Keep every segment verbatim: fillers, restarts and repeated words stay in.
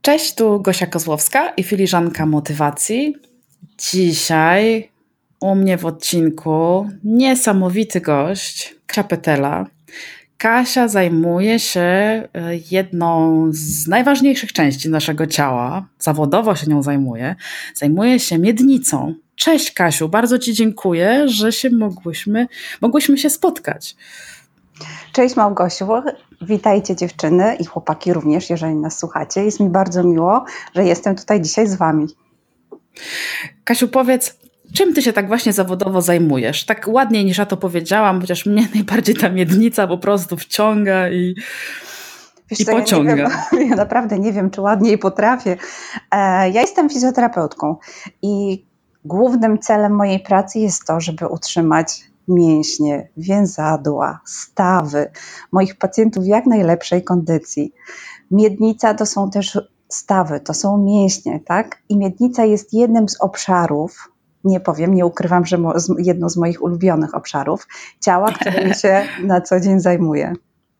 Cześć, tu Gosia Kozłowska i filiżanka motywacji. Dzisiaj u mnie w odcinku niesamowity gość, Kasia Petela. Kasia zajmuje się jedną z najważniejszych części naszego ciała, zawodowo się nią zajmuje, zajmuje się miednicą. Cześć Kasiu, bardzo Ci dziękuję, że się mogłyśmy, mogłyśmy się spotkać. Cześć Małgosiu, witajcie dziewczyny i chłopaki również, jeżeli nas słuchacie. Jest mi bardzo miło, że jestem tutaj dzisiaj z Wami. Kasiu, powiedz, czym Ty się tak właśnie zawodowo zajmujesz? Tak ładniej niż ja to powiedziałam, chociaż mnie najbardziej ta miednica po prostu wciąga i, Wiesz i co, pociąga. Ja, nie wiem, ja naprawdę nie wiem, czy ładniej potrafię. Ja jestem fizjoterapeutką i głównym celem mojej pracy jest to, żeby utrzymać mięśnie, więzadła, stawy moich pacjentów w jak najlepszej kondycji. Miednica to są też stawy, to są mięśnie, tak? I miednica jest jednym z obszarów, nie powiem, nie ukrywam, że mo- jedno z moich ulubionych obszarów ciała, którymi się na co dzień zajmuję.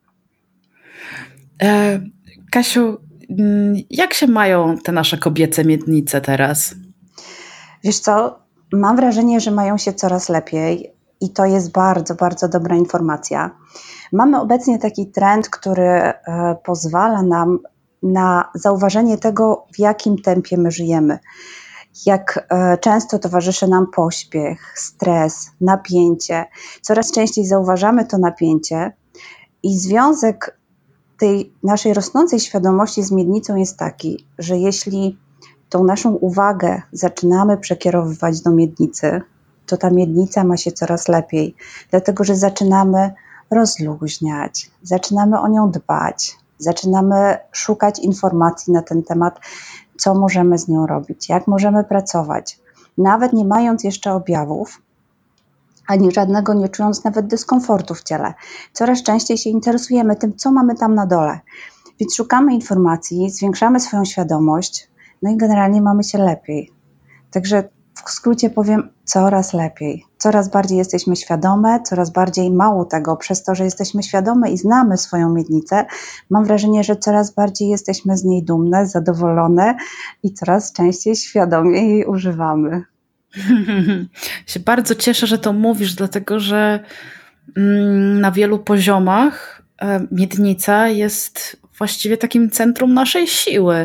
E, Kasiu, jak się mają te nasze kobiece miednice teraz? Wiesz co, mam wrażenie, że mają się coraz lepiej i to jest bardzo, bardzo dobra informacja. Mamy obecnie taki trend, który e, pozwala nam na zauważenie tego, w jakim tempie my żyjemy. Jak e, często towarzyszy nam pośpiech, stres, napięcie. Coraz częściej zauważamy to napięcie i związek tej naszej rosnącej świadomości z miednicą jest taki, że jeśli tą naszą uwagę zaczynamy przekierowywać do miednicy, to ta miednica ma się coraz lepiej, dlatego że zaczynamy rozluźniać, zaczynamy o nią dbać, zaczynamy szukać informacji na ten temat, co możemy z nią robić, jak możemy pracować. Nawet nie mając jeszcze objawów, ani żadnego nie czując nawet dyskomfortu w ciele. Coraz częściej się interesujemy tym, co mamy tam na dole. Więc szukamy informacji, zwiększamy swoją świadomość, no i generalnie mamy się lepiej. Także w skrócie powiem, coraz lepiej. Coraz bardziej jesteśmy świadome, coraz bardziej mało tego, przez to, że jesteśmy świadome i znamy swoją miednicę, mam wrażenie, że coraz bardziej jesteśmy z niej dumne, zadowolone i coraz częściej świadomie jej używamy. Się bardzo cieszę, że to mówisz, dlatego że na wielu poziomach miednica jest właściwie takim centrum naszej siły.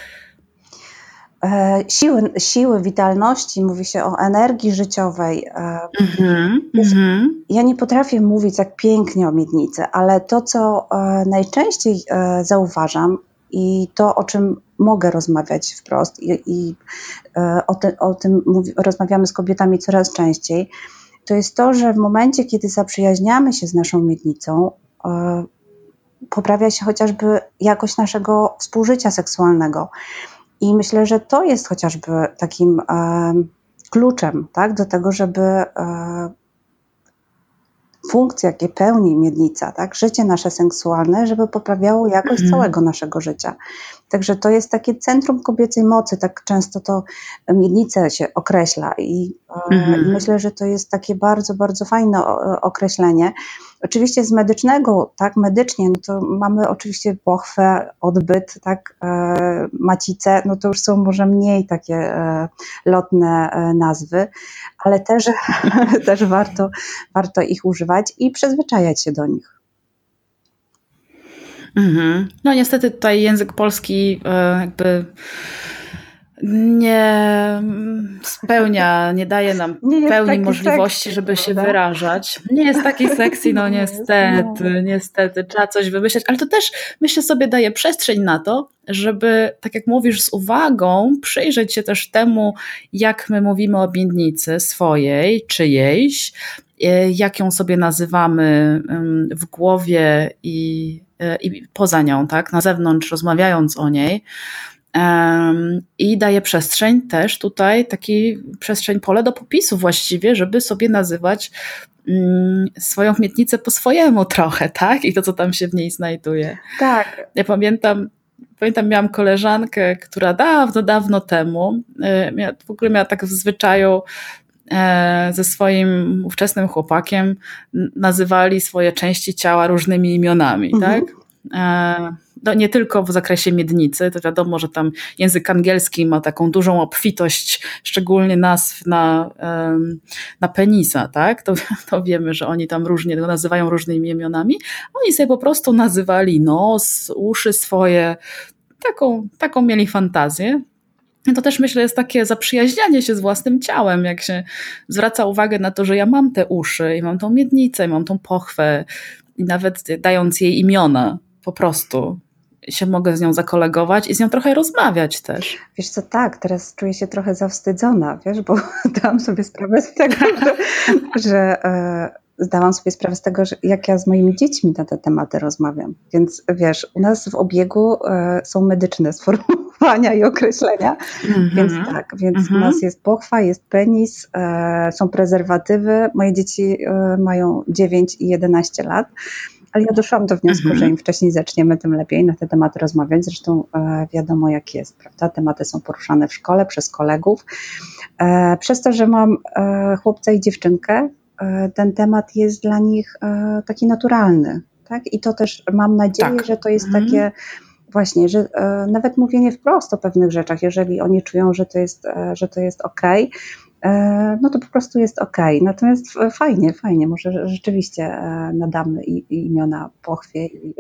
Siły, siły, witalności, mówi się o energii życiowej. Mm-hmm, Wiesz, mm-hmm. Ja nie potrafię mówić tak pięknie o miednicy, ale to, co najczęściej zauważam i to, o czym mogę rozmawiać wprost i, i o, te, o tym mówi, rozmawiamy z kobietami coraz częściej, to jest to, że w momencie, kiedy zaprzyjaźniamy się z naszą miednicą, poprawia się chociażby jakość naszego współżycia seksualnego. I myślę, że to jest chociażby takim e, kluczem, tak, do tego, żeby e, funkcje, jakie pełni miednica, tak, życie nasze seksualne, żeby poprawiało jakość mm. całego naszego życia. Także to jest takie centrum kobiecej mocy, tak często to miednicę się określa i, mm. i myślę, że to jest takie bardzo, bardzo fajne określenie. Oczywiście z medycznego, tak, medycznie, no to mamy oczywiście pochwę, odbyt, tak, e, macicę, no to już są może mniej takie e, lotne e, nazwy, ale też, też warto, warto ich używać i przyzwyczajać się do nich. Mhm. No niestety tutaj język polski e, jakby nie spełnia, nie daje nam nie pełni możliwości, sexy, żeby się prawda? wyrażać. Nie jest taki sexy, no niestety, niestety, trzeba coś wymyśleć, ale to też myślę sobie daje przestrzeń na to, żeby, tak jak mówisz, z uwagą przyjrzeć się też temu, jak my mówimy o miednicy swojej, czyjejś, jak ją sobie nazywamy w głowie i, i poza nią, tak, na zewnątrz, rozmawiając o niej. Um, I daje przestrzeń też tutaj, taki przestrzeń, pole do popisu właściwie, żeby sobie nazywać um, swoją miednicę po swojemu trochę, tak? I to, co tam się w niej znajduje. Tak. Ja pamiętam, pamiętam miałam koleżankę, która dawno, dawno temu miała, w ogóle miała tak w zwyczaju e, ze swoim ówczesnym chłopakiem nazywali swoje części ciała różnymi imionami, mhm. tak? no nie tylko w zakresie miednicy, to wiadomo, że tam język angielski ma taką dużą obfitość, szczególnie nazw na, na penisa, tak? To, to wiemy, że oni tam różnie go nazywają różnymi imionami. Oni sobie po prostu nazywali nos, uszy swoje, taką, taką mieli fantazję. To też myślę jest takie zaprzyjaźnianie się z własnym ciałem, jak się zwraca uwagę na to, że ja mam te uszy i mam tą miednicę, i mam tą pochwę i nawet dając jej imiona po prostu się mogę z nią zakolegować i z nią trochę rozmawiać też. Wiesz co, tak, teraz czuję się trochę zawstydzona, wiesz, bo dałam sobie sprawę z tego, że, że e, zdałam sobie sprawę z tego, że jak ja z moimi dziećmi na te tematy rozmawiam. Więc wiesz, u nas w obiegu e, są medyczne sformułowania i określenia, mm-hmm. więc tak, więc mm-hmm. u nas jest pochwa, jest penis, e, są prezerwatywy. Moje dzieci e, mają dziewięć i jedenaście lat. Ale ja doszłam do wniosku, mhm. że im wcześniej zaczniemy, tym lepiej na te tematy rozmawiać. Zresztą e, wiadomo jak jest, prawda? Tematy są poruszane w szkole przez kolegów. E, przez to, że mam e, chłopca i dziewczynkę, e, ten temat jest dla nich e, taki naturalny. Tak? I to też mam nadzieję, tak. że to jest mhm. takie właśnie, że e, nawet mówienie wprost o pewnych rzeczach, jeżeli oni czują, że to jest, e, że to jest okej, no to po prostu jest okej. Okay. Natomiast fajnie, fajnie, może rzeczywiście nadamy i, i imiona pochwie. I...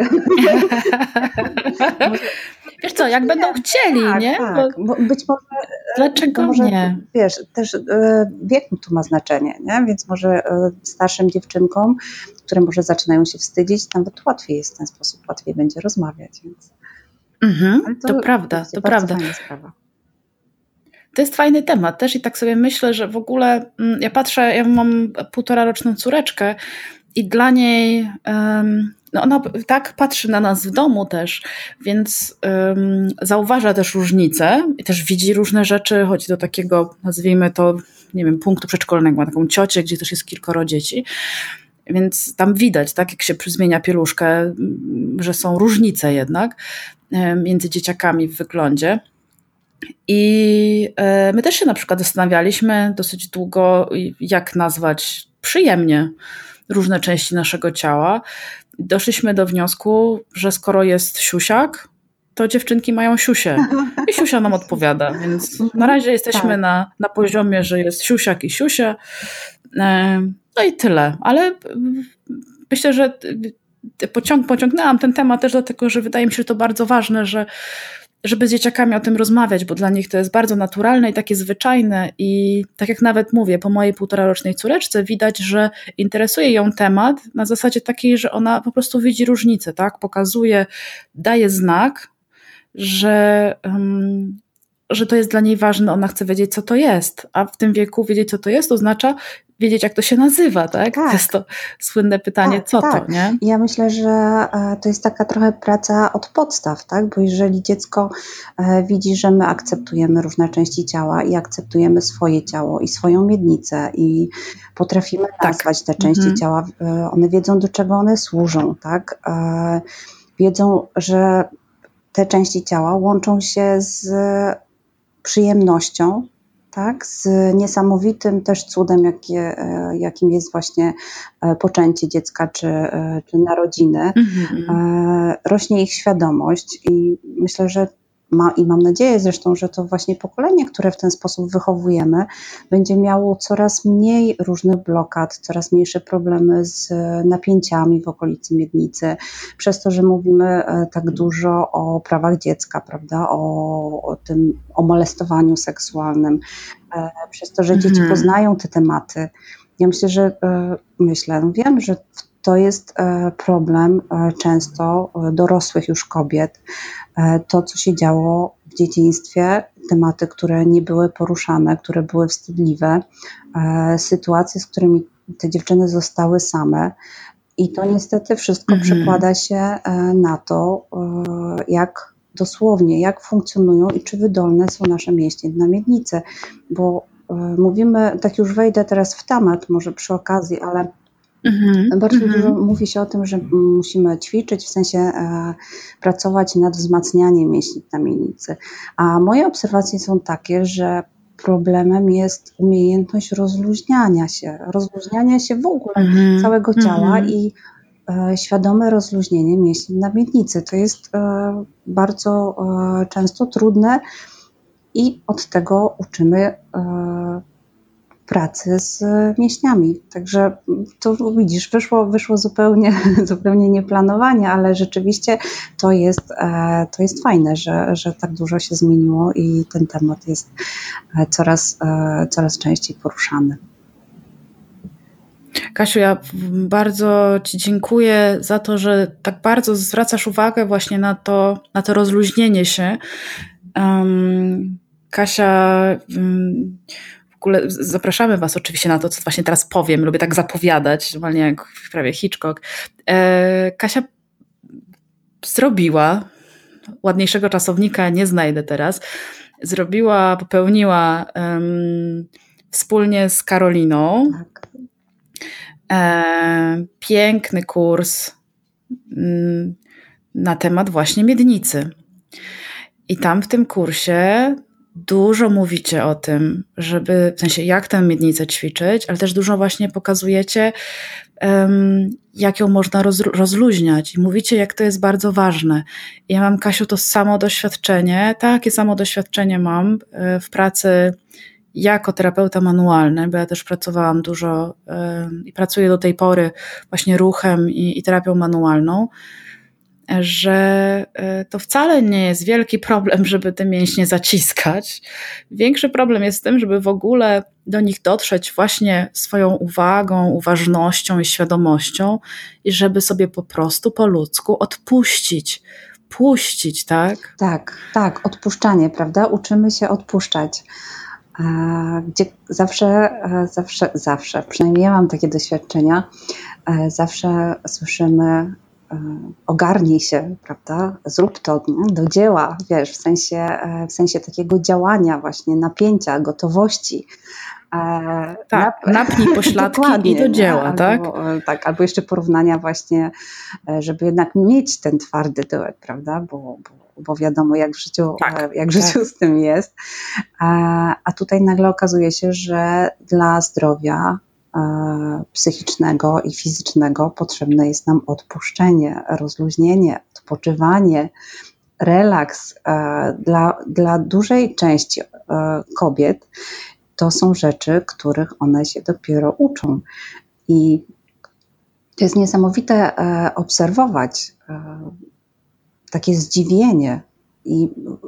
Wiesz co, jak będą chcieli, tak, nie? Tak, bo być może... Dlaczego może, nie? Wiesz, też wiek tu ma znaczenie, nie? Więc może starszym dziewczynkom, które może zaczynają się wstydzić, nawet łatwiej jest w ten sposób, łatwiej będzie rozmawiać. Więc... Mhm, to, to prawda, to prawda. Fajna sprawa. To jest fajny temat też i tak sobie myślę, że w ogóle ja patrzę, ja mam półtora roczną córeczkę i dla niej, no ona tak patrzy na nas w domu też, więc um, zauważa też różnice i też widzi różne rzeczy, chodzi do takiego, nazwijmy to, nie wiem, punktu przedszkolnego, ma taką ciocię, gdzie też jest kilkoro dzieci. Więc tam widać, tak, jak się zmienia pieluszkę, że są różnice jednak między dzieciakami w wyglądzie. I my też się na przykład zastanawialiśmy dosyć długo, jak nazwać przyjemnie różne części naszego ciała. Doszliśmy do wniosku, że skoro jest siusiak, to dziewczynki mają siusię i siusia nam odpowiada, więc na razie jesteśmy tak. na, na poziomie, że jest siusiak i siusia, no i tyle, ale myślę, że pociąg, pociągnęłam ten temat też dlatego, że wydaje mi się, że to bardzo ważne, że żeby z dzieciakami o tym rozmawiać, bo dla nich to jest bardzo naturalne i takie zwyczajne i tak jak nawet mówię, po mojej półtorarocznej córeczce widać, że interesuje ją temat na zasadzie takiej, że ona po prostu widzi różnicę, tak? Pokazuje, daje znak, że, um, że to jest dla niej ważne, ona chce wiedzieć, co to jest, a w tym wieku wiedzieć, co to jest, oznacza wiedzieć, jak to się nazywa, tak? tak. To jest to słynne pytanie, tak, co tak. to, nie? Ja myślę, że to jest taka trochę praca od podstaw, tak? Bo jeżeli dziecko widzi, że my akceptujemy różne części ciała i akceptujemy swoje ciało i swoją miednicę i potrafimy nazwać tak. te części mhm. ciała, one wiedzą, do czego one służą, tak? Wiedzą, że te części ciała łączą się z przyjemnością, tak, z niesamowitym też cudem, jakie, jakim jest właśnie poczęcie dziecka czy, czy narodziny. Mm-hmm. Rośnie ich świadomość i myślę, że ma, i mam nadzieję zresztą, że to właśnie pokolenie, które w ten sposób wychowujemy, będzie miało coraz mniej różnych blokad, coraz mniejsze problemy z napięciami w okolicy miednicy, przez to, że mówimy tak dużo o prawach dziecka, prawda, o, o tym, o molestowaniu seksualnym, przez to, że dzieci mhm. poznają te tematy. Ja myślę, że myślę, no wiem, że to jest problem często dorosłych już kobiet. To, co się działo w dzieciństwie, tematy, które nie były poruszane, które były wstydliwe, sytuacje, z którymi te dziewczyny zostały same. I to niestety wszystko mhm. przekłada się na to, jak dosłownie, jak funkcjonują i czy wydolne są nasze mięśnie na miednicy. Bo mówimy, tak już wejdę teraz w temat, może przy okazji, ale Mm-hmm. bardzo mm-hmm. dużo mówi się o tym, że musimy ćwiczyć, w sensie e, pracować nad wzmacnianiem mięśni na miednicy. A moje obserwacje są takie, że problemem jest umiejętność rozluźniania się, rozluźniania się w ogóle mm-hmm. całego ciała mm-hmm. i świadome rozluźnienie mięśni na miednicy. To jest bardzo często trudne i od tego uczymy pracy z mięśniami. Także to widzisz, wyszło, wyszło zupełnie, zupełnie nieplanowanie, ale rzeczywiście to jest, to jest fajne, że, że tak dużo się zmieniło i ten temat jest coraz, coraz częściej poruszany. Kasiu, ja bardzo Ci dziękuję za to, że tak bardzo zwracasz uwagę właśnie na to, na to rozluźnienie się. Um, Kasia, um, w ogóle zapraszamy Was oczywiście na to, co właśnie teraz powiem. Lubię tak zapowiadać, normalnie jak prawie Hitchcock. E, Kasia zrobiła, ładniejszego czasownika nie znajdę teraz, zrobiła, popełniła um, wspólnie z Karoliną tak. e, piękny kurs m, na temat właśnie miednicy. I tam w tym kursie dużo mówicie o tym, żeby, w sensie jak tę miednicę ćwiczyć, ale też dużo właśnie pokazujecie, um, jak ją można roz, rozluźniać i mówicie, jak to jest bardzo ważne. I ja mam, Kasiu, to samo doświadczenie, takie samo doświadczenie mam w pracy jako terapeuta manualny, bo ja też pracowałam dużo um, i pracuję do tej pory właśnie ruchem i, i terapią manualną, że to wcale nie jest wielki problem, żeby te mięśnie zaciskać. Większy problem jest z tym, żeby w ogóle do nich dotrzeć właśnie swoją uwagą, uważnością i świadomością i żeby sobie po prostu po ludzku odpuścić. Puścić, tak? Tak, tak, odpuszczanie, prawda? Uczymy się odpuszczać. Gdzie zawsze, zawsze, zawsze, przynajmniej ja mam takie doświadczenia, zawsze słyszymy ogarnij się, prawda, zrób to, nie? Do dzieła, wiesz, w sensie, w sensie takiego działania właśnie, napięcia, gotowości. Tak, Nap- napnij pośladki i do dzieła, albo, tak? Tak, albo jeszcze porównania właśnie, żeby jednak mieć ten twardy duet, prawda, bo, bo, bo wiadomo jak w życiu, tak, jak w życiu tak. z tym jest. A, a tutaj nagle okazuje się, że dla zdrowia psychicznego i fizycznego potrzebne jest nam odpuszczenie, rozluźnienie, odpoczywanie, relaks. Dla, dla dużej części kobiet to są rzeczy, których one się dopiero uczą. I to jest niesamowite obserwować takie zdziwienie. I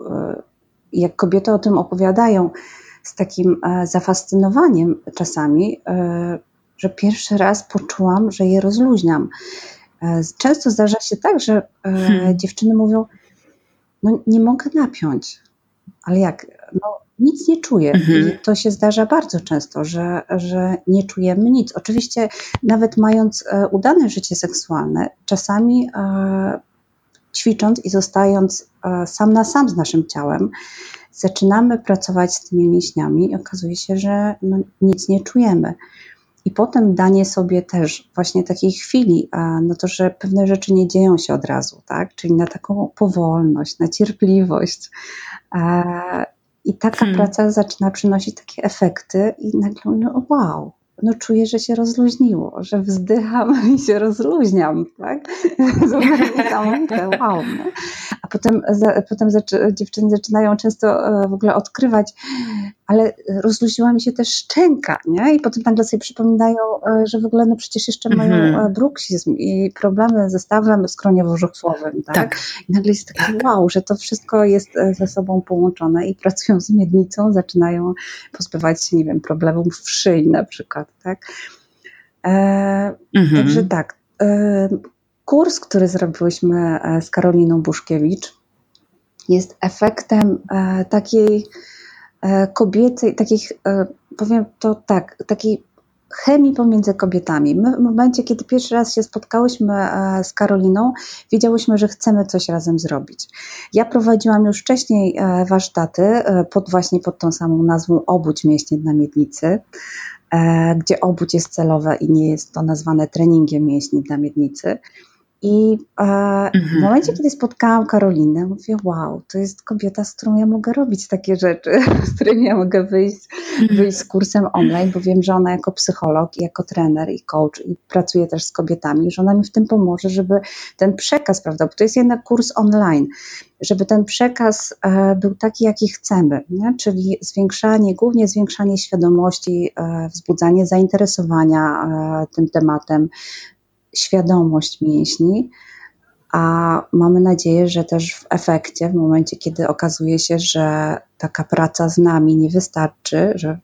jak kobiety o tym opowiadają z takim zafascynowaniem czasami, że pierwszy raz poczułam, że je rozluźniam. Często zdarza się tak, że hmm. dziewczyny mówią, no nie mogę napiąć, ale jak? No nic nie czuję. Mhm. I to się zdarza bardzo często, że, że nie czujemy nic. Oczywiście nawet mając udane życie seksualne, czasami e, ćwicząc i zostając e, sam na sam z naszym ciałem, zaczynamy pracować z tymi mięśniami i okazuje się, że no, nic nie czujemy. I potem danie sobie też właśnie takiej chwili, no to, że pewne rzeczy nie dzieją się od razu, tak? Czyli na taką powolność, na cierpliwość. I taka hmm. praca zaczyna przynosić takie efekty i nagle, no wow, no czuję, że się rozluźniło, że wzdycham i się rozluźniam, tak? Niesamowite, wow. No. A potem, za, potem zaczy, dziewczyny zaczynają często w ogóle odkrywać, ale rozluźniła mi się też szczęka, nie? I potem nagle sobie przypominają, że w ogóle no przecież jeszcze mm-hmm. mają bruksizm i problemy ze stawem skroniowo-żuchwowym, tak? tak? I nagle jest takie tak. wow, że to wszystko jest ze sobą połączone i pracują z miednicą, zaczynają pozbywać się, nie wiem, problemów w szyi na przykład, tak? E, mm-hmm. Także tak, e, kurs, który zrobiłyśmy z Karoliną Buszkiewicz, jest efektem e, takiej kobiety, takich, powiem to tak, takiej chemii pomiędzy kobietami. My w momencie, kiedy pierwszy raz się spotkałyśmy z Karoliną, wiedziałyśmy, że chcemy coś razem zrobić. Ja prowadziłam już wcześniej warsztaty, pod, właśnie pod tą samą nazwą Obudź mięśnie na miednicy, gdzie obudź jest celowe i nie jest to nazwane treningiem mięśni na miednicy. I e, w momencie, kiedy spotkałam Karolinę, mówię, wow, to jest kobieta, z którą ja mogę robić takie rzeczy, z którymi ja mogę wyjść, wyjść z kursem online, bo wiem, że ona jako psycholog, jako trener i coach i pracuje też z kobietami, że ona mi w tym pomoże, żeby ten przekaz, prawda, bo to jest jednak kurs online, żeby ten przekaz e, był taki, jaki chcemy, nie? Czyli zwiększanie, głównie zwiększanie świadomości, e, wzbudzanie zainteresowania e, tym tematem, świadomość mięśni, a mamy nadzieję, że też w efekcie, w momencie, kiedy okazuje się, że taka praca z nami nie wystarczy, że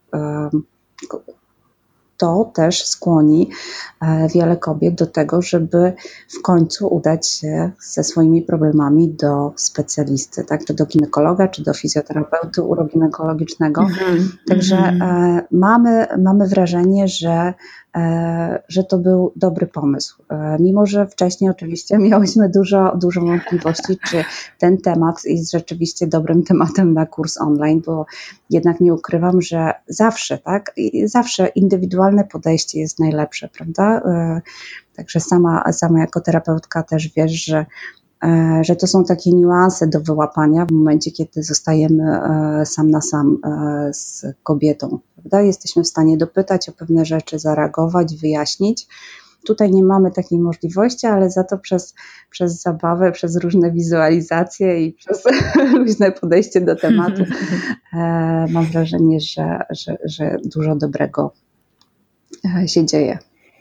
to też skłoni wiele kobiet do tego, żeby w końcu udać się ze swoimi problemami do specjalisty, tak? Czy do ginekologa, czy do fizjoterapeuty uroginekologicznego. Mm-hmm. Także mm-hmm. mamy, mamy wrażenie, że że to był dobry pomysł. Mimo że wcześniej oczywiście miałyśmy dużo, dużo wątpliwości, czy ten temat jest rzeczywiście dobrym tematem na kurs online, bo jednak nie ukrywam, że zawsze, tak, zawsze indywidualne podejście jest najlepsze, prawda? Także sama, sama jako terapeutka też wiesz, że że to są takie niuanse do wyłapania w momencie, kiedy zostajemy sam na sam z kobietą, prawda? Jesteśmy w stanie dopytać o pewne rzeczy, zareagować, wyjaśnić. Tutaj nie mamy takiej możliwości, ale za to przez, przez zabawę, przez różne wizualizacje i przez różne podejście do tematu mam wrażenie, że, że, że dużo dobrego się dzieje.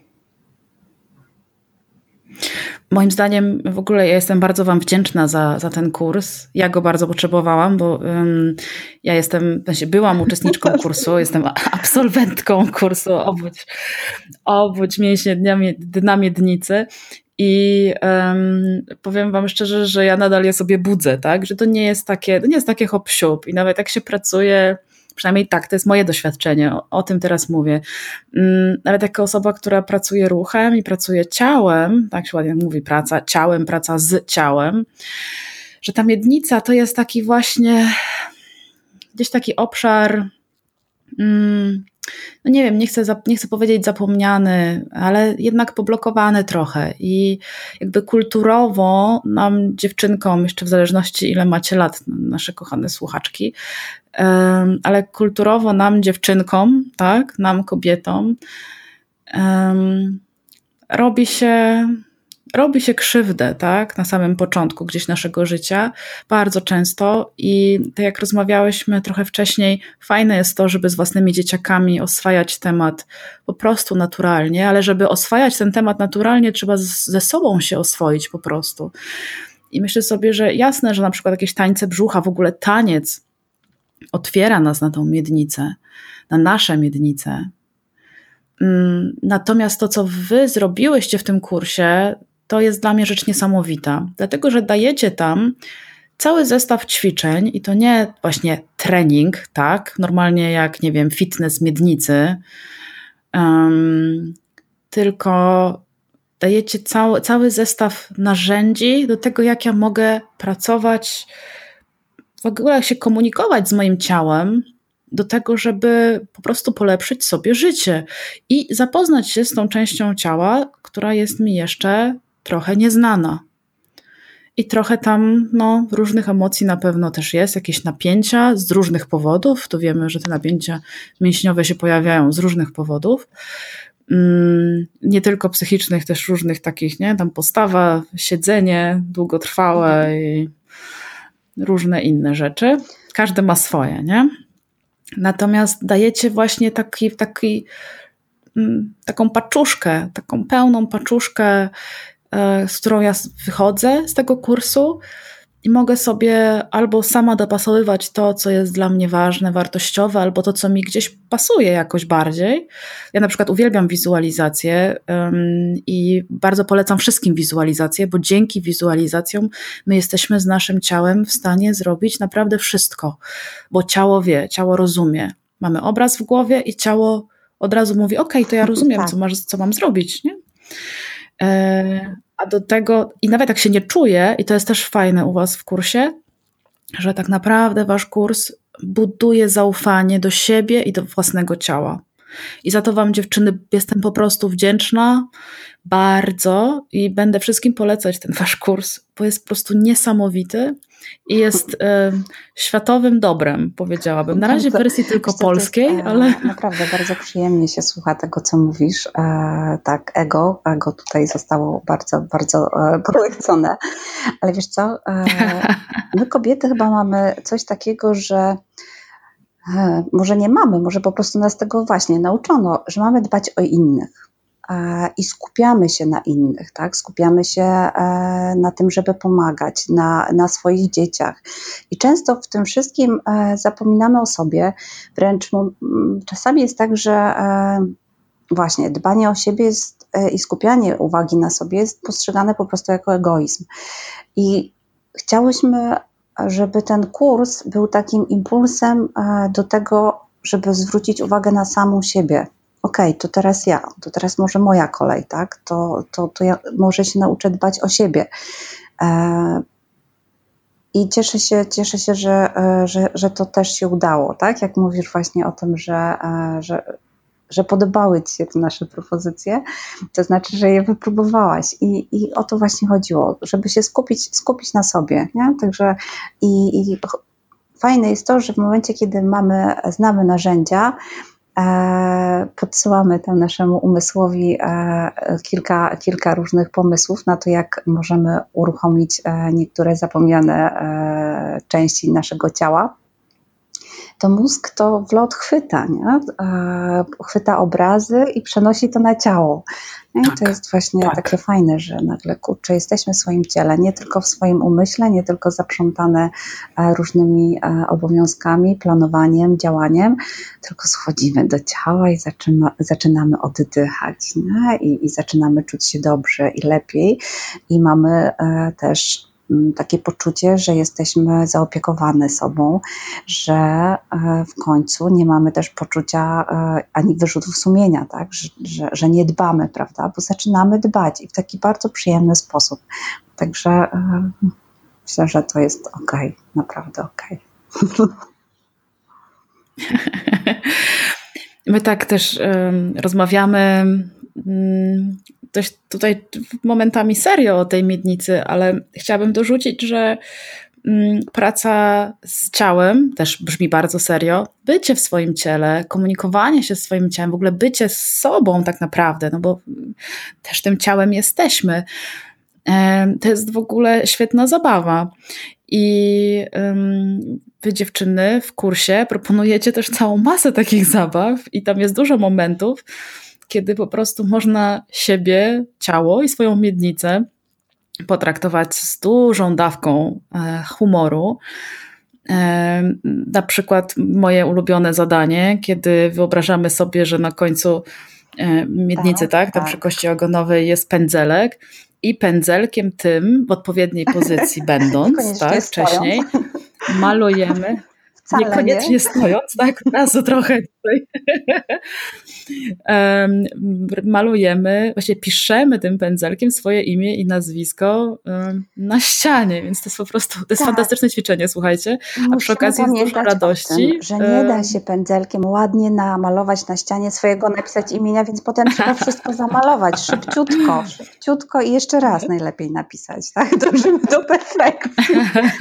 Moim zdaniem w ogóle ja jestem bardzo wam wdzięczna za, za ten kurs. Ja go bardzo potrzebowałam, bo um, ja jestem, znaczy byłam uczestniczką kursu, jestem absolwentką kursu Obudź, obudź mięśnie dna miednicy i um, powiem wam szczerze, że ja nadal je sobie budzę, tak? Że to nie jest takie, to nie jest takie hop siup i nawet jak się pracuje, przynajmniej tak, to jest moje doświadczenie, o, o tym teraz mówię. Nawet jako osoba, która pracuje ruchem i pracuje ciałem, tak się ładnie mówi, praca ciałem, praca z ciałem, że ta miednica to jest taki właśnie gdzieś taki obszar, mm, no nie wiem, nie chcę, nie chcę powiedzieć zapomniany, ale jednak poblokowany trochę i jakby kulturowo nam dziewczynkom, jeszcze w zależności ile macie lat, nasze kochane słuchaczki, ale kulturowo nam dziewczynkom, tak, nam kobietom um, robi się robi się krzywdę, tak, na samym początku gdzieś naszego życia, bardzo często i tak jak rozmawiałyśmy trochę wcześniej, fajne jest to, żeby z własnymi dzieciakami oswajać temat po prostu naturalnie, ale żeby oswajać ten temat naturalnie, trzeba z, ze sobą się oswoić po prostu. I myślę sobie, że jasne, że na przykład jakieś tańce brzucha, w ogóle taniec otwiera nas na tą miednicę, na nasze miednice. Natomiast to, co wy zrobiłyście w tym kursie, to jest dla mnie rzecz niesamowita, dlatego że dajecie tam cały zestaw ćwiczeń i to nie właśnie trening, tak, normalnie jak, nie wiem, fitness miednicy, um, tylko dajecie cały, cały zestaw narzędzi do tego, jak ja mogę pracować, w ogóle jak się komunikować z moim ciałem, do tego, żeby po prostu polepszyć sobie życie i zapoznać się z tą częścią ciała, która jest mi jeszcze trochę nieznana. I trochę tam no, różnych emocji na pewno też jest, jakieś napięcia z różnych powodów. To wiemy, że te napięcia mięśniowe się pojawiają z różnych powodów. Mm, nie tylko psychicznych, też różnych takich, nie? Tam postawa, siedzenie długotrwałe i różne inne rzeczy. Każdy ma swoje, nie? Natomiast dajecie właśnie taki, taki, taką paczuszkę, taką pełną paczuszkę, z którą ja wychodzę z tego kursu i mogę sobie albo sama dopasowywać to, co jest dla mnie ważne, wartościowe, albo to, co mi gdzieś pasuje jakoś bardziej. Ja na przykład uwielbiam wizualizację um, i bardzo polecam wszystkim wizualizację, bo dzięki wizualizacjom my jesteśmy z naszym ciałem w stanie zrobić naprawdę wszystko, bo ciało wie, ciało rozumie. Mamy obraz w głowie i ciało od razu mówi, okej, to ja rozumiem, tak. co, masz, co mam zrobić, nie? A do tego, i nawet jak się nie czuję, i to jest też fajne u was w kursie, że tak naprawdę wasz kurs buduje zaufanie do siebie i do własnego ciała. I za to wam, dziewczyny, jestem po prostu wdzięczna bardzo i będę wszystkim polecać ten wasz kurs, bo jest po prostu niesamowity i jest e, światowym dobrem, powiedziałabym. Na razie w wersji tylko polskiej, jest, e, ale... Naprawdę bardzo przyjemnie się słucha tego, co mówisz. E, tak, ego, ego tutaj zostało bardzo, bardzo e, polecone. Ale wiesz co, e, my kobiety chyba mamy coś takiego, że e, może nie mamy, może po prostu nas tego właśnie nauczono, że mamy dbać o innych. I skupiamy się na innych, tak? Skupiamy się na tym, żeby pomagać, na, na swoich dzieciach. I często w tym wszystkim zapominamy o sobie, wręcz czasami jest tak, że właśnie dbanie o siebie jest, i skupianie uwagi na sobie jest postrzegane po prostu jako egoizm. I chciałyśmy, żeby ten kurs był takim impulsem do tego, żeby zwrócić uwagę na samą siebie. Okej, okay, to teraz ja, to teraz może moja kolej, tak? To, to, to ja może się nauczę dbać o siebie. E, I cieszę się, cieszę się, że, że, że to też się udało, tak? Jak mówisz właśnie o tym, że, że, że podobały ci się te nasze propozycje, to znaczy, że je wypróbowałaś i, i o to właśnie chodziło, żeby się skupić, skupić na sobie, nie? Także i, i fajne jest to, że w momencie, kiedy mamy, znamy narzędzia, podsyłamy tam naszemu umysłowi kilka, kilka różnych pomysłów na to, jak możemy uruchomić niektóre zapomniane części naszego ciała, to mózg to w lot chwyta, nie? Chwyta obrazy i przenosi to na ciało. I tak, to jest właśnie tak. takie fajne, że nagle, kurczę, jesteśmy w swoim ciele, nie tylko w swoim umyśle, nie tylko zaprzątane różnymi obowiązkami, planowaniem, działaniem, tylko schodzimy do ciała i zaczyna, zaczynamy oddychać, nie? I, i zaczynamy czuć się dobrze i lepiej i mamy też takie poczucie, że jesteśmy zaopiekowane sobą, że w końcu nie mamy też poczucia ani wyrzutów sumienia, tak? że, że, że nie dbamy, prawda? Bo zaczynamy dbać i w taki bardzo przyjemny sposób. Także myślę, że to jest okej, naprawdę okej. My tak też um, rozmawiamy um, dość tutaj momentami serio o tej miednicy, ale chciałabym dorzucić, że um, praca z ciałem też brzmi bardzo serio. Bycie w swoim ciele, komunikowanie się z swoim ciałem, w ogóle bycie z sobą tak naprawdę, no bo też tym ciałem jesteśmy. Um, to jest w ogóle świetna zabawa. I um, wy, dziewczyny, w kursie proponujecie też całą masę takich zabaw i tam jest dużo momentów, kiedy po prostu można siebie, ciało i swoją miednicę potraktować z dużą dawką e, humoru. E, na przykład moje ulubione zadanie, kiedy wyobrażamy sobie, że na końcu e, miednicy, tak, tak, tam przy kości ogonowej jest pędzelek, i pędzelkiem tym w odpowiedniej pozycji będąc, tak, wcześniej malujemy, Wcale niekoniecznie nie. stojąc, tak, od razu trochę tutaj um, malujemy, właśnie piszemy tym pędzelkiem swoje imię i nazwisko um, na ścianie, więc to jest po prostu, to jest tak. fantastyczne ćwiczenie, słuchajcie, a przy okazji jest dużo radości. Tym, że nie da się pędzelkiem ładnie namalować na ścianie swojego, napisać imienia, więc potem trzeba wszystko zamalować szybciutko, szybciutko i jeszcze raz najlepiej napisać, tak, dążymy do perfekcji.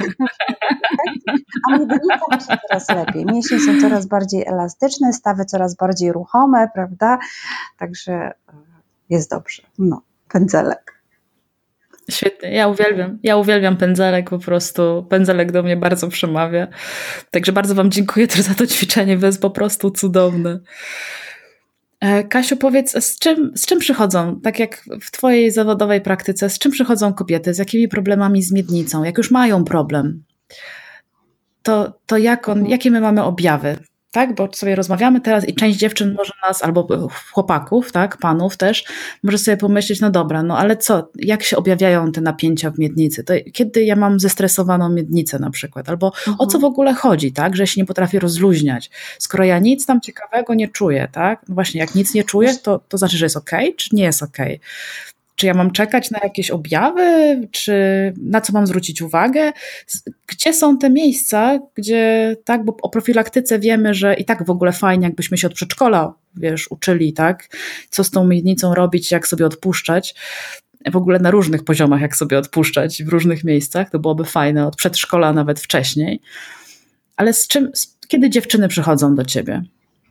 A miednica się coraz lepiej, mięśnie są coraz bardziej elastyczne, stawy coraz bardziej ruchome, prawda? Także jest dobrze. No, pędzelek. Świetnie, ja uwielbiam, ja uwielbiam pędzelek, po prostu pędzelek do mnie bardzo przemawia. Także bardzo wam dziękuję też za to ćwiczenie, to jest po prostu cudowne. Kasiu, powiedz, z czym, z czym przychodzą, tak jak w twojej zawodowej praktyce, z czym przychodzą kobiety, z jakimi problemami z miednicą, jak już mają problem, to, to jak on, jakie my mamy objawy? Tak, bo sobie rozmawiamy teraz i część dziewczyn może nas, albo chłopaków, tak, panów też, może sobie pomyśleć, no dobra, no ale co, jak się objawiają te napięcia w miednicy? To kiedy ja mam zestresowaną miednicę na przykład, albo mhm. o co w ogóle chodzi, tak, że się nie potrafię rozluźniać, skoro ja nic tam ciekawego nie czuję, tak, no właśnie, jak nic nie czujesz, to, to znaczy, że jest okej, czy nie jest okej? Czy ja mam czekać na jakieś objawy? Czy na co mam zwrócić uwagę? Gdzie są te miejsca, gdzie, tak, bo o profilaktyce wiemy, że i tak w ogóle fajnie, jakbyśmy się od przedszkola, wiesz, uczyli, tak, co z tą miednicą robić, jak sobie odpuszczać, w ogóle na różnych poziomach, jak sobie odpuszczać w różnych miejscach, to byłoby fajne, od przedszkola nawet wcześniej. Ale z czym, z, kiedy dziewczyny przychodzą do ciebie?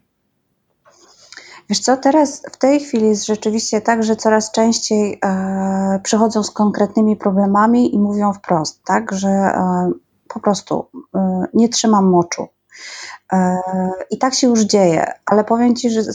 Wiesz co, teraz w tej chwili jest rzeczywiście tak, że coraz częściej e, przychodzą z konkretnymi problemami i mówią wprost, tak, że e, po prostu e, nie trzymam moczu. I tak się już dzieje, ale powiem Ci, że,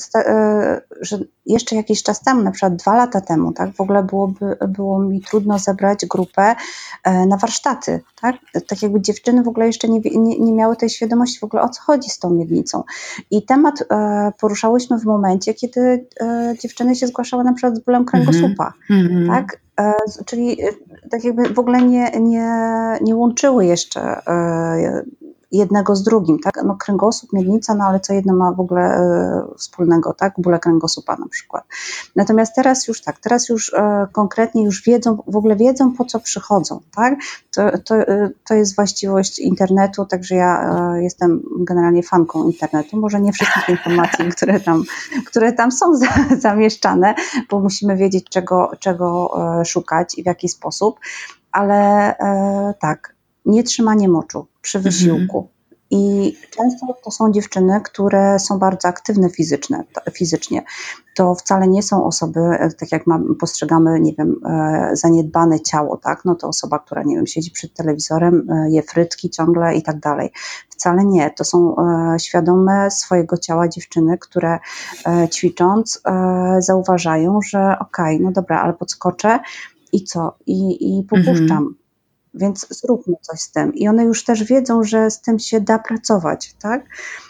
że jeszcze jakiś czas temu, na przykład dwa lata temu, tak, w ogóle byłoby, było mi trudno zebrać grupę na warsztaty, tak, tak jakby dziewczyny w ogóle jeszcze nie, nie, nie miały tej świadomości w ogóle, o co chodzi z tą miednicą. I temat poruszałyśmy w momencie, kiedy dziewczyny się zgłaszały na przykład z bólem kręgosłupa, mm-hmm. tak, czyli tak jakby w ogóle nie, nie, nie łączyły jeszcze jednego z drugim, tak? No kręgosłup, miednica, no ale co jedno ma w ogóle e, wspólnego, tak? Bóle kręgosłupa na przykład. Natomiast teraz już tak, teraz już e, konkretnie już wiedzą, w ogóle wiedzą, po co przychodzą, tak? To, to, e, to jest właściwość internetu, także ja e, jestem generalnie fanką internetu, może nie wszystkich informacji, które tam, które tam są za, zamieszczane, bo musimy wiedzieć, czego, czego e, szukać i w jaki sposób, ale e, tak, nietrzymanie moczu przy wysiłku. Mhm. I często to są dziewczyny, które są bardzo aktywne fizyczne, fizycznie. To wcale nie są osoby, tak jak mam, postrzegamy, nie wiem, zaniedbane ciało, tak? No to osoba, która, nie wiem, siedzi przed telewizorem, je frytki ciągle i tak dalej. Wcale nie. To są świadome swojego ciała dziewczyny, które ćwicząc zauważają, że okej, no dobra, ale podskoczę i co? I, i popuszczam. Mhm. Więc zróbmy coś z tym. I one już też wiedzą, że z tym się da pracować, tak?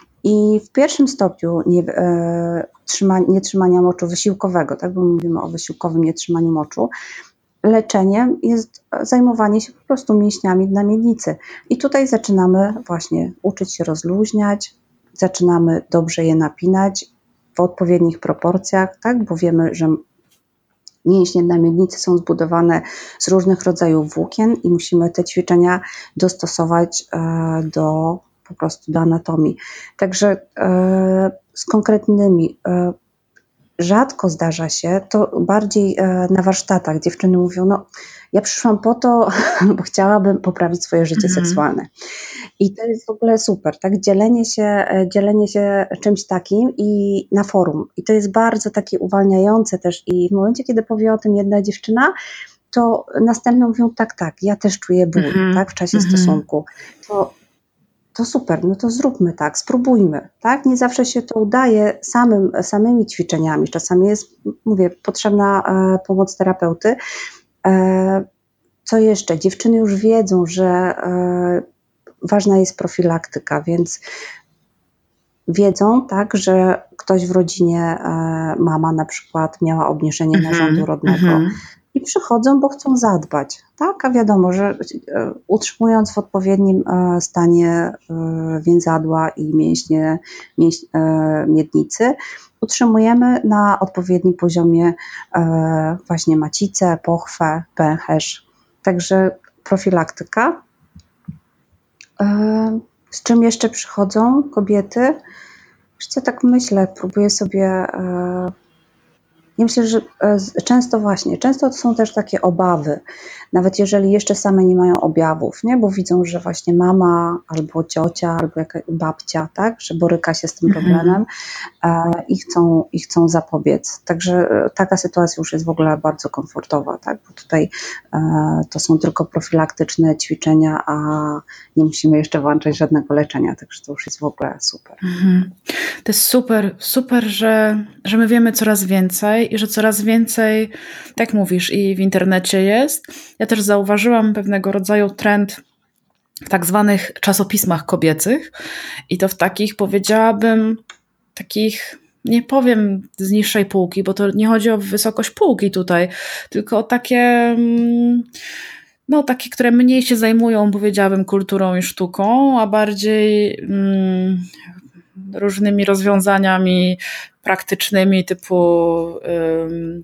I w pierwszym stopniu nie, e, trzyma, nietrzymania moczu wysiłkowego, tak? Bo mówimy o wysiłkowym nietrzymaniu moczu, leczeniem jest zajmowanie się po prostu mięśniami dna miednicy. I tutaj zaczynamy właśnie uczyć się rozluźniać, zaczynamy dobrze je napinać w odpowiednich proporcjach, tak? Bo wiemy, że mięśnie na miednicy są zbudowane z różnych rodzajów włókien i musimy te ćwiczenia dostosować do po prostu do anatomii. Także z konkretnymi rzadko zdarza się, to bardziej na warsztatach dziewczyny mówią, no ja przyszłam po to, bo chciałabym poprawić swoje życie mhm. seksualne. I to jest w ogóle super, tak? Dzielenie się, dzielenie się czymś takim i na forum. I to jest bardzo takie uwalniające też. I w momencie, kiedy powie o tym jedna dziewczyna, to następne mówią, tak, tak, ja też czuję ból, mm-hmm. tak, w czasie mm-hmm. stosunku. To, to super, no to zróbmy tak, spróbujmy, tak? Nie zawsze się to udaje samym, samymi ćwiczeniami. Czasami jest, mówię, potrzebna e, pomoc terapeuty. E, co jeszcze? Dziewczyny już wiedzą, że e, ważna jest profilaktyka, więc wiedzą, tak, że ktoś w rodzinie, e, mama na przykład miała obniżenie mm-hmm, narządu rodnego mm-hmm. i przychodzą, bo chcą zadbać, tak, a wiadomo, że e, utrzymując w odpowiednim e, stanie e, więzadła i mięśnie mięś, e, miednicy, utrzymujemy na odpowiednim poziomie e, właśnie macicę, pochwę, pęcherz, także profilaktyka. Z czym jeszcze przychodzą kobiety? Wiesz co, tak myślę, próbuję sobie... Ja myślę, że często właśnie, często to są też takie obawy, nawet jeżeli jeszcze same nie mają objawów, nie? Bo widzą, że właśnie mama albo ciocia, albo jakaś babcia, tak? Że boryka się z tym problemem mm-hmm. i, chcą, i chcą zapobiec. Także taka sytuacja już jest w ogóle bardzo komfortowa, tak? Bo tutaj to są tylko profilaktyczne ćwiczenia, a nie musimy jeszcze włączać żadnego leczenia, także to już jest w ogóle super. Mm-hmm. To jest super, super, że, że my wiemy coraz więcej i że coraz więcej, tak mówisz, i w internecie jest. Ja też zauważyłam pewnego rodzaju trend w tak zwanych czasopismach kobiecych i to w takich, powiedziałabym, takich, nie powiem z niższej półki, bo to nie chodzi o wysokość półki tutaj, tylko o takie, no takie, które mniej się zajmują, powiedziałabym, kulturą i sztuką, a bardziej mm, różnymi rozwiązaniami praktycznymi typu ym,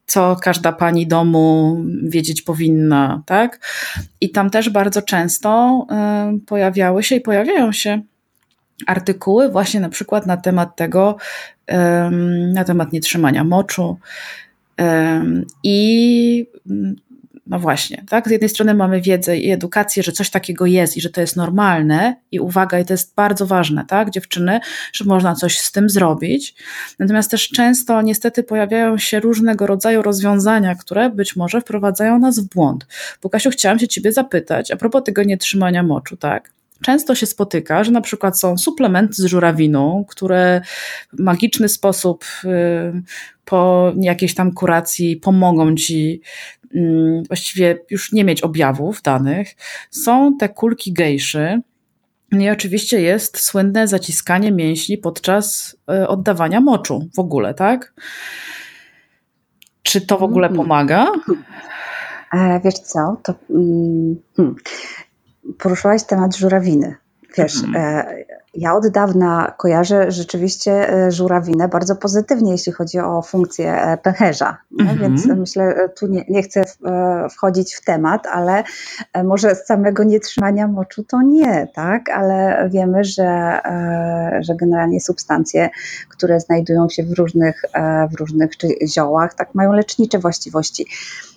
co każda pani domu wiedzieć powinna, tak? I tam też bardzo często y, pojawiały się i pojawiają się artykuły właśnie na przykład na temat tego, y, na temat nietrzymania moczu. y, I no właśnie, tak? Z jednej strony mamy wiedzę i edukację, że coś takiego jest i że to jest normalne i uwaga, i to jest bardzo ważne, tak, dziewczyny, że można coś z tym zrobić. Natomiast też często niestety pojawiają się różnego rodzaju rozwiązania, które być może wprowadzają nas w błąd. Bo Kasiu, chciałam się ciebie zapytać, a propos tego nietrzymania moczu, tak? Często się spotyka, że na przykład są suplementy z żurawiną, które w magiczny sposób po jakiejś tam kuracji pomogą ci właściwie już nie mieć objawów danych. Są te kulki gejszy. I oczywiście jest słynne zaciskanie mięśni podczas oddawania moczu w ogóle, tak? Czy to w ogóle pomaga? E, wiesz co, to hmm, poruszyłaś temat żurawiny. Wiesz, mm. e, ja od dawna kojarzę rzeczywiście żurawinę bardzo pozytywnie, jeśli chodzi o funkcję pęcherza. Mm-hmm. Więc myślę, tu nie, nie chcę wchodzić w temat, ale może z samego nietrzymania moczu to nie, tak? Ale wiemy, że, że generalnie substancje, które znajdują się w różnych, w różnych ziołach, tak, mają lecznicze właściwości.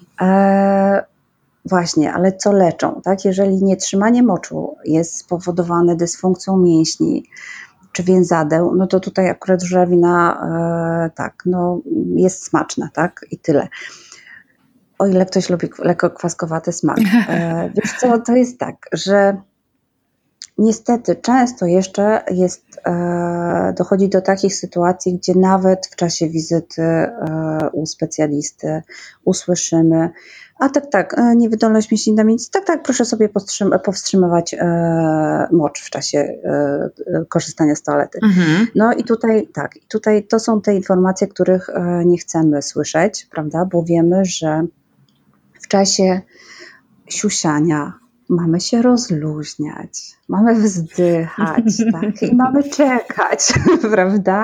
E, Właśnie, ale co leczą, tak? Jeżeli nietrzymanie moczu jest spowodowane dysfunkcją mięśni czy więzadeł, no to tutaj akurat żurawina e, tak, no jest smaczna, tak? I tyle. O ile ktoś lubi lekko kwaskowaty smak. E, wiesz co, to jest tak, że niestety często jeszcze jest, e, dochodzi do takich sytuacji, gdzie nawet w czasie wizyty e, u specjalisty usłyszymy: a tak, tak, niewydolność mięśni na miednicy, tak, tak, proszę sobie powstrzym- powstrzymywać e, mocz w czasie e, korzystania z toalety. Mhm. No i tutaj tak, i tutaj to są te informacje, których e, nie chcemy słyszeć, prawda, bo wiemy, że w czasie siusiania mamy się rozluźniać, mamy wzdychać, tak? I mamy czekać, prawda?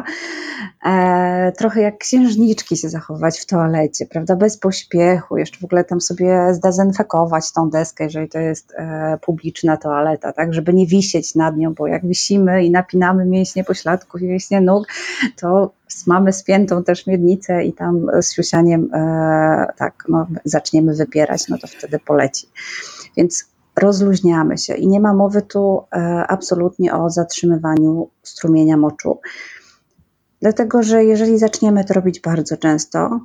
E, trochę jak księżniczki się zachować w toalecie, prawda? Bez pośpiechu, jeszcze w ogóle tam sobie zdezynfekować tą deskę, jeżeli to jest e, publiczna toaleta, tak? Żeby nie wisieć nad nią, bo jak wisimy i napinamy mięśnie pośladków i mięśnie nóg, to mamy spiętą też miednicę i tam z siusianiem e, tak, no, zaczniemy wypierać, no to wtedy poleci. Więc rozluźniamy się i nie ma mowy tu e, absolutnie o zatrzymywaniu strumienia moczu. Dlatego, że jeżeli zaczniemy to robić bardzo często,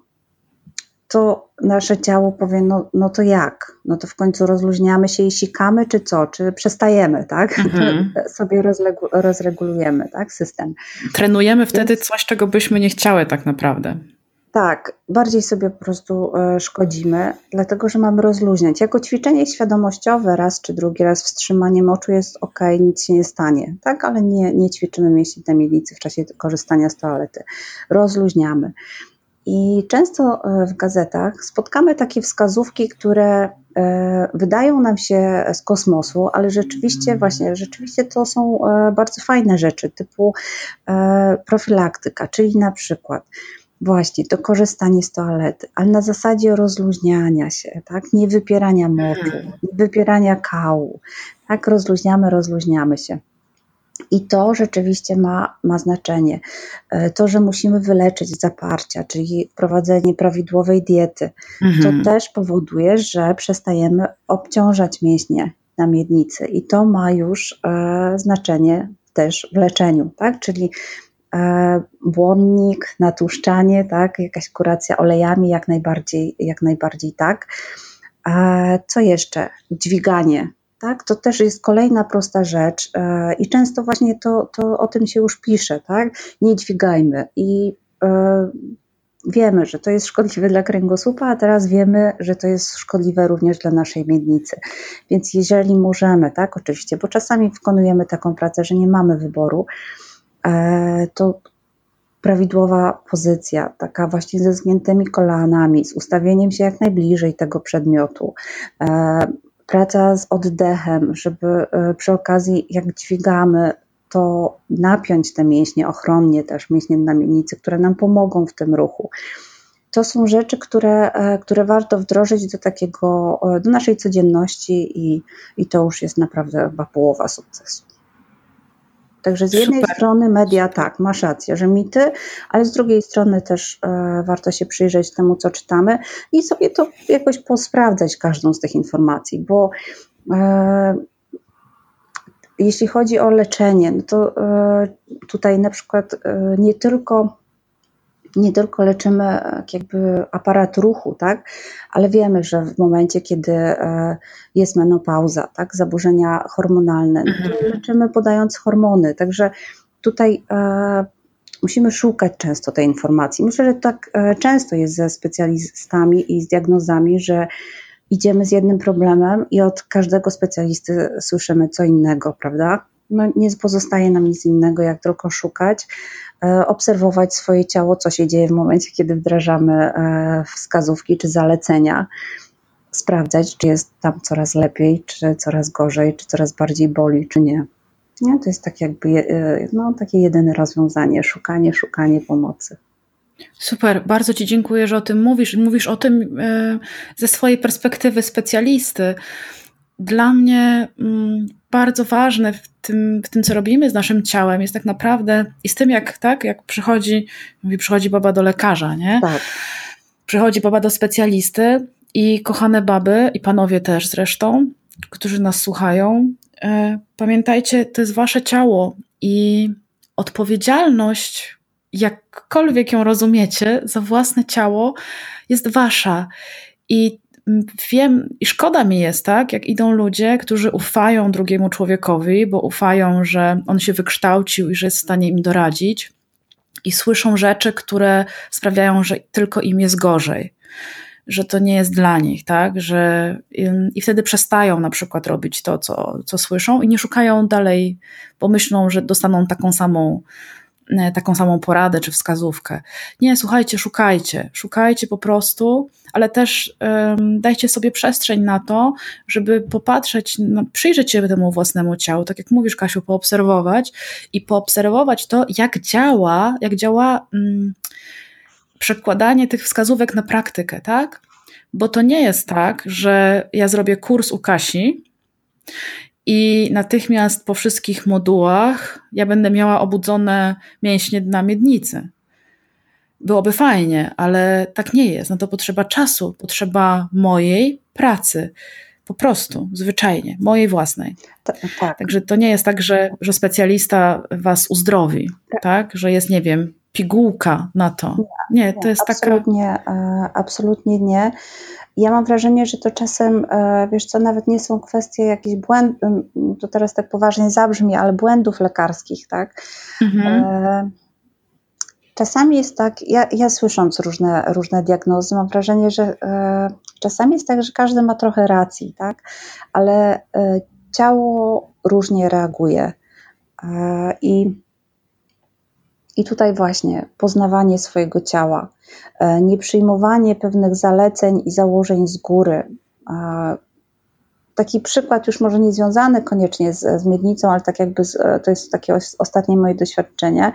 to nasze ciało powie, no, no to jak? No to w końcu rozluźniamy się i sikamy, czy co? Czy przestajemy, tak? Mhm. Sobie rozlegu- rozregulujemy, tak? System. Trenujemy wtedy Więc... coś, czego byśmy nie chciały tak naprawdę. Tak, bardziej sobie po prostu szkodzimy, dlatego że mamy rozluźniać. Jako ćwiczenie świadomościowe raz czy drugi raz wstrzymanie moczu jest ok, nic się nie stanie, tak? Ale nie, nie ćwiczymy mięśni na miednicy w czasie korzystania z toalety. Rozluźniamy. I często w gazetach spotkamy takie wskazówki, które wydają nam się z kosmosu, ale rzeczywiście właśnie, rzeczywiście to są bardzo fajne rzeczy, typu profilaktyka, czyli na przykład właśnie to korzystanie z toalety, ale na zasadzie rozluźniania się, tak? Nie wypierania moczu, nie wypierania kału, tak? Rozluźniamy, rozluźniamy się. I to rzeczywiście ma, ma znaczenie. To, że musimy wyleczyć zaparcia, czyli wprowadzenie prawidłowej diety, mhm. to też powoduje, że przestajemy obciążać mięśnie na miednicy i to ma już e, znaczenie też w leczeniu, tak? Czyli e, błonnik, natłuszczanie, tak? Jakaś kuracja olejami, jak najbardziej, jak najbardziej tak. E, co jeszcze? Dźwiganie. Tak, to też jest kolejna prosta rzecz yy, i często właśnie to, to o tym się już pisze, tak? Nie dźwigajmy i yy, wiemy, że to jest szkodliwe dla kręgosłupa, a teraz wiemy, że to jest szkodliwe również dla naszej miednicy. Więc jeżeli możemy, tak, oczywiście, bo czasami wykonujemy taką pracę, że nie mamy wyboru, yy, to prawidłowa pozycja, taka właśnie ze zgiętymi kolanami, z ustawieniem się jak najbliżej tego przedmiotu, yy, praca z oddechem, żeby przy okazji jak dźwigamy, to napiąć te mięśnie ochronnie też, mięśnie na miednicy, które nam pomogą w tym ruchu. to są rzeczy, które, które warto wdrożyć do takiego, do naszej codzienności i, i to już jest naprawdę chyba połowa sukcesu. Także z jednej Super. strony media, tak, masz rację, że mity, ale z drugiej strony też e, warto się przyjrzeć temu, co czytamy i sobie to jakoś posprawdzać każdą z tych informacji, bo e, jeśli chodzi o leczenie, no to e, tutaj na przykład e, nie tylko nie tylko leczymy jakby aparat ruchu, tak, ale wiemy, że w momencie, kiedy jest menopauza, tak, zaburzenia hormonalne, no to leczymy podając hormony, także tutaj e, musimy szukać często tej informacji. Myślę, że tak e, często jest ze specjalistami i z diagnozami, że idziemy z jednym problemem i od każdego specjalisty słyszymy co innego, prawda? No, nie pozostaje nam nic innego, jak tylko szukać, e, obserwować swoje ciało, co się dzieje w momencie, kiedy wdrażamy e, wskazówki czy zalecenia, sprawdzać, czy jest tam coraz lepiej, czy coraz gorzej, czy coraz bardziej boli, czy nie. Nie? To jest tak jakby e, no, takie jedyne rozwiązanie, szukanie, szukanie pomocy. Super, bardzo Ci dziękuję, że o tym mówisz. Mówisz o tym e, ze swojej perspektywy specjalisty. Dla mnie mm, bardzo ważne w tym, w tym, co robimy z naszym ciałem, jest tak naprawdę i z tym, jak, tak, jak przychodzi, mówi, przychodzi baba do lekarza, nie? Tak. Przychodzi baba do specjalisty i kochane baby, i panowie też zresztą, którzy nas słuchają, e, pamiętajcie, to jest wasze ciało i odpowiedzialność, jakkolwiek ją rozumiecie, za własne ciało jest wasza. I wiem, i szkoda mi jest, tak, jak idą ludzie, którzy ufają drugiemu człowiekowi, bo ufają, że on się wykształcił i że jest w stanie im doradzić i słyszą rzeczy, które sprawiają, że tylko im jest gorzej, że to nie jest dla nich, tak, że i wtedy przestają na przykład robić to, co, co słyszą i nie szukają dalej, bo myślą, że dostaną taką samą taką samą poradę czy wskazówkę. Nie, słuchajcie, szukajcie, szukajcie po prostu, ale też um, dajcie sobie przestrzeń na to, żeby popatrzeć, no, przyjrzeć się temu własnemu ciału, tak jak mówisz, Kasiu, poobserwować i poobserwować to, jak działa, jak działa um, przekładanie tych wskazówek na praktykę, tak? Bo to nie jest tak, że ja zrobię kurs u Kasi i natychmiast po wszystkich modułach ja będę miała obudzone mięśnie dna miednicy. Byłoby fajnie, ale tak nie jest. Na to potrzeba czasu, potrzeba mojej pracy. Po prostu, zwyczajnie, mojej własnej. Tak, tak. Także to nie jest tak, że, że specjalista was uzdrowi, tak. tak? Że jest, nie wiem, pigułka na to. Nie, nie to jest absolutnie, taka... Absolutnie nie. Ja mam wrażenie, że to czasem, wiesz co, nawet nie są kwestie jakichś błędów, to teraz tak poważnie zabrzmi, ale błędów lekarskich, tak? Mhm. Czasami jest tak, ja, ja słysząc różne, różne diagnozy, mam wrażenie, że czasami jest tak, że każdy ma trochę racji, tak? Ale ciało różnie reaguje i I tutaj właśnie poznawanie swojego ciała, nie przyjmowanie pewnych zaleceń i założeń z góry. Taki przykład już może nie związany koniecznie z, z miednicą, ale tak jakby z, to jest takie ostatnie moje doświadczenie.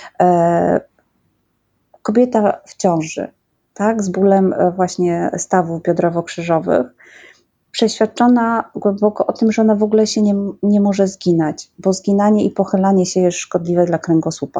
Kobieta w ciąży, tak, z bólem właśnie stawów biodrowo-krzyżowych, przeświadczona głęboko o tym, że ona w ogóle się nie, nie może zginać, bo zginanie i pochylanie się jest szkodliwe dla kręgosłupa.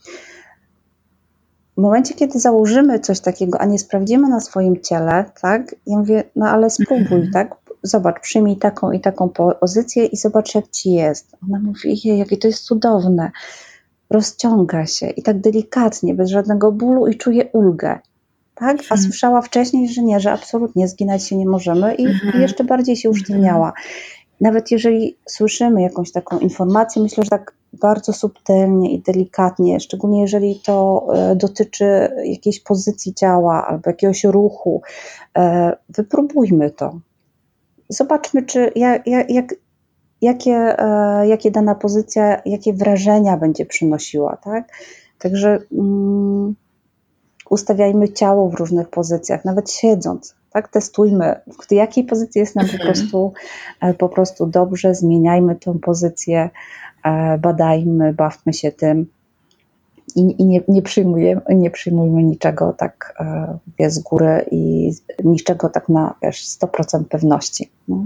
W momencie, kiedy założymy coś takiego, a nie sprawdzimy na swoim ciele, tak, ja mówię, no ale spróbuj, tak, zobacz, przyjmij taką i taką pozycję i zobacz, jak ci jest. Ona mówi, jej, jakie to jest cudowne, rozciąga się i tak delikatnie, bez żadnego bólu i czuje ulgę, tak, a słyszała wcześniej, że nie, że absolutnie zginać się nie możemy i, i jeszcze bardziej się usztywniała. Nawet jeżeli słyszymy jakąś taką informację, myślę, że tak bardzo subtelnie i delikatnie, szczególnie jeżeli to dotyczy jakiejś pozycji ciała albo jakiegoś ruchu, wypróbujmy to. Zobaczmy, czy jak, jak, jakie, jakie dana pozycja, jakie wrażenia będzie przynosiła, tak? Także um, ustawiajmy ciało w różnych pozycjach, nawet siedząc. Tak, testujmy, w jakiej pozycji jest nam po prostu, po prostu dobrze, zmieniajmy tą pozycję, badajmy, bawmy się tym. i, i nie, nie, przyjmujemy, nie przyjmujemy niczego tak wie, z góry i niczego tak na wiesz, sto procent pewności. No.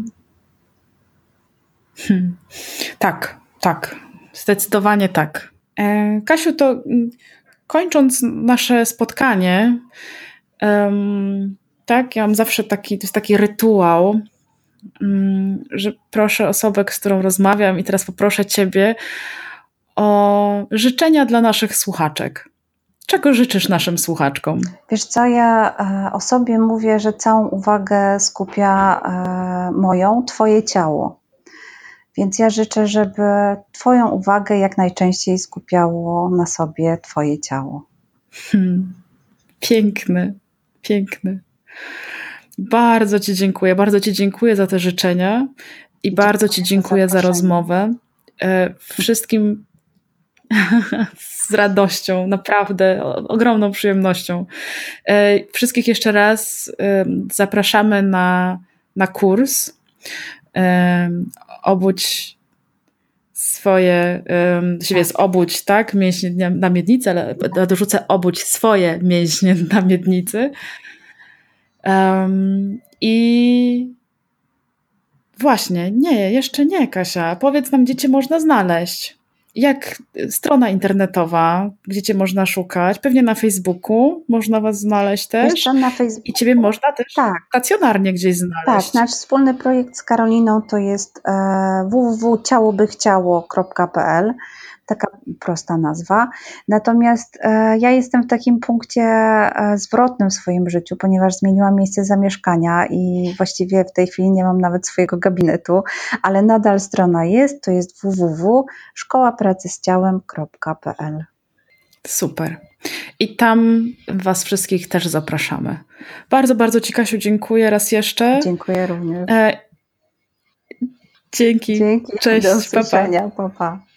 Hmm. Tak, tak. Zdecydowanie tak. E, Kasiu, to kończąc nasze spotkanie, um, tak, ja mam zawsze taki, to jest taki rytuał, um, że proszę osobę, z którą rozmawiam i teraz poproszę Ciebie o życzenia dla naszych słuchaczek. Czego życzysz naszym słuchaczkom? Wiesz co, ja o sobie mówię, że całą uwagę skupia moją Twoje ciało. Więc ja życzę, żeby Twoją uwagę jak najczęściej skupiało na sobie Twoje ciało. Hmm. Piękny, piękny. Bardzo Ci dziękuję, bardzo Ci dziękuję za te życzenia i, I bardzo Ci dziękuję za, za rozmowę. Wszystkim z radością, naprawdę ogromną przyjemnością. Wszystkich jeszcze raz zapraszamy na, na kurs Obudź swoje, właściwie jest obudź, tak, mięśnie na miednicy, ale dorzucę obudź swoje mięśnie na miednicy. Um, I właśnie, nie, jeszcze nie, Kasia. Powiedz nam, gdzie Cię można znaleźć. Jak strona internetowa, gdzie Cię można szukać? Pewnie na Facebooku można Was znaleźć też. Jeszcze na Facebooku. I Ciebie można też tak. stacjonarnie gdzieś znaleźć. Tak, nasz wspólny projekt z Karoliną to jest w w w kropka ciałobychciało kropka p l. Taka prosta nazwa. Natomiast e, ja jestem w takim punkcie e, zwrotnym w swoim życiu, ponieważ zmieniłam miejsce zamieszkania i właściwie w tej chwili nie mam nawet swojego gabinetu, ale nadal strona jest, to jest w w w kropka szkoła pracy z ciałem kropka p l. Super. I tam Was wszystkich też zapraszamy. Bardzo, bardzo Ci, Kasiu, dziękuję raz jeszcze. Dziękuję również. E, dzięki. Dzięki. Cześć. Do usłyszenia. Pa, pa.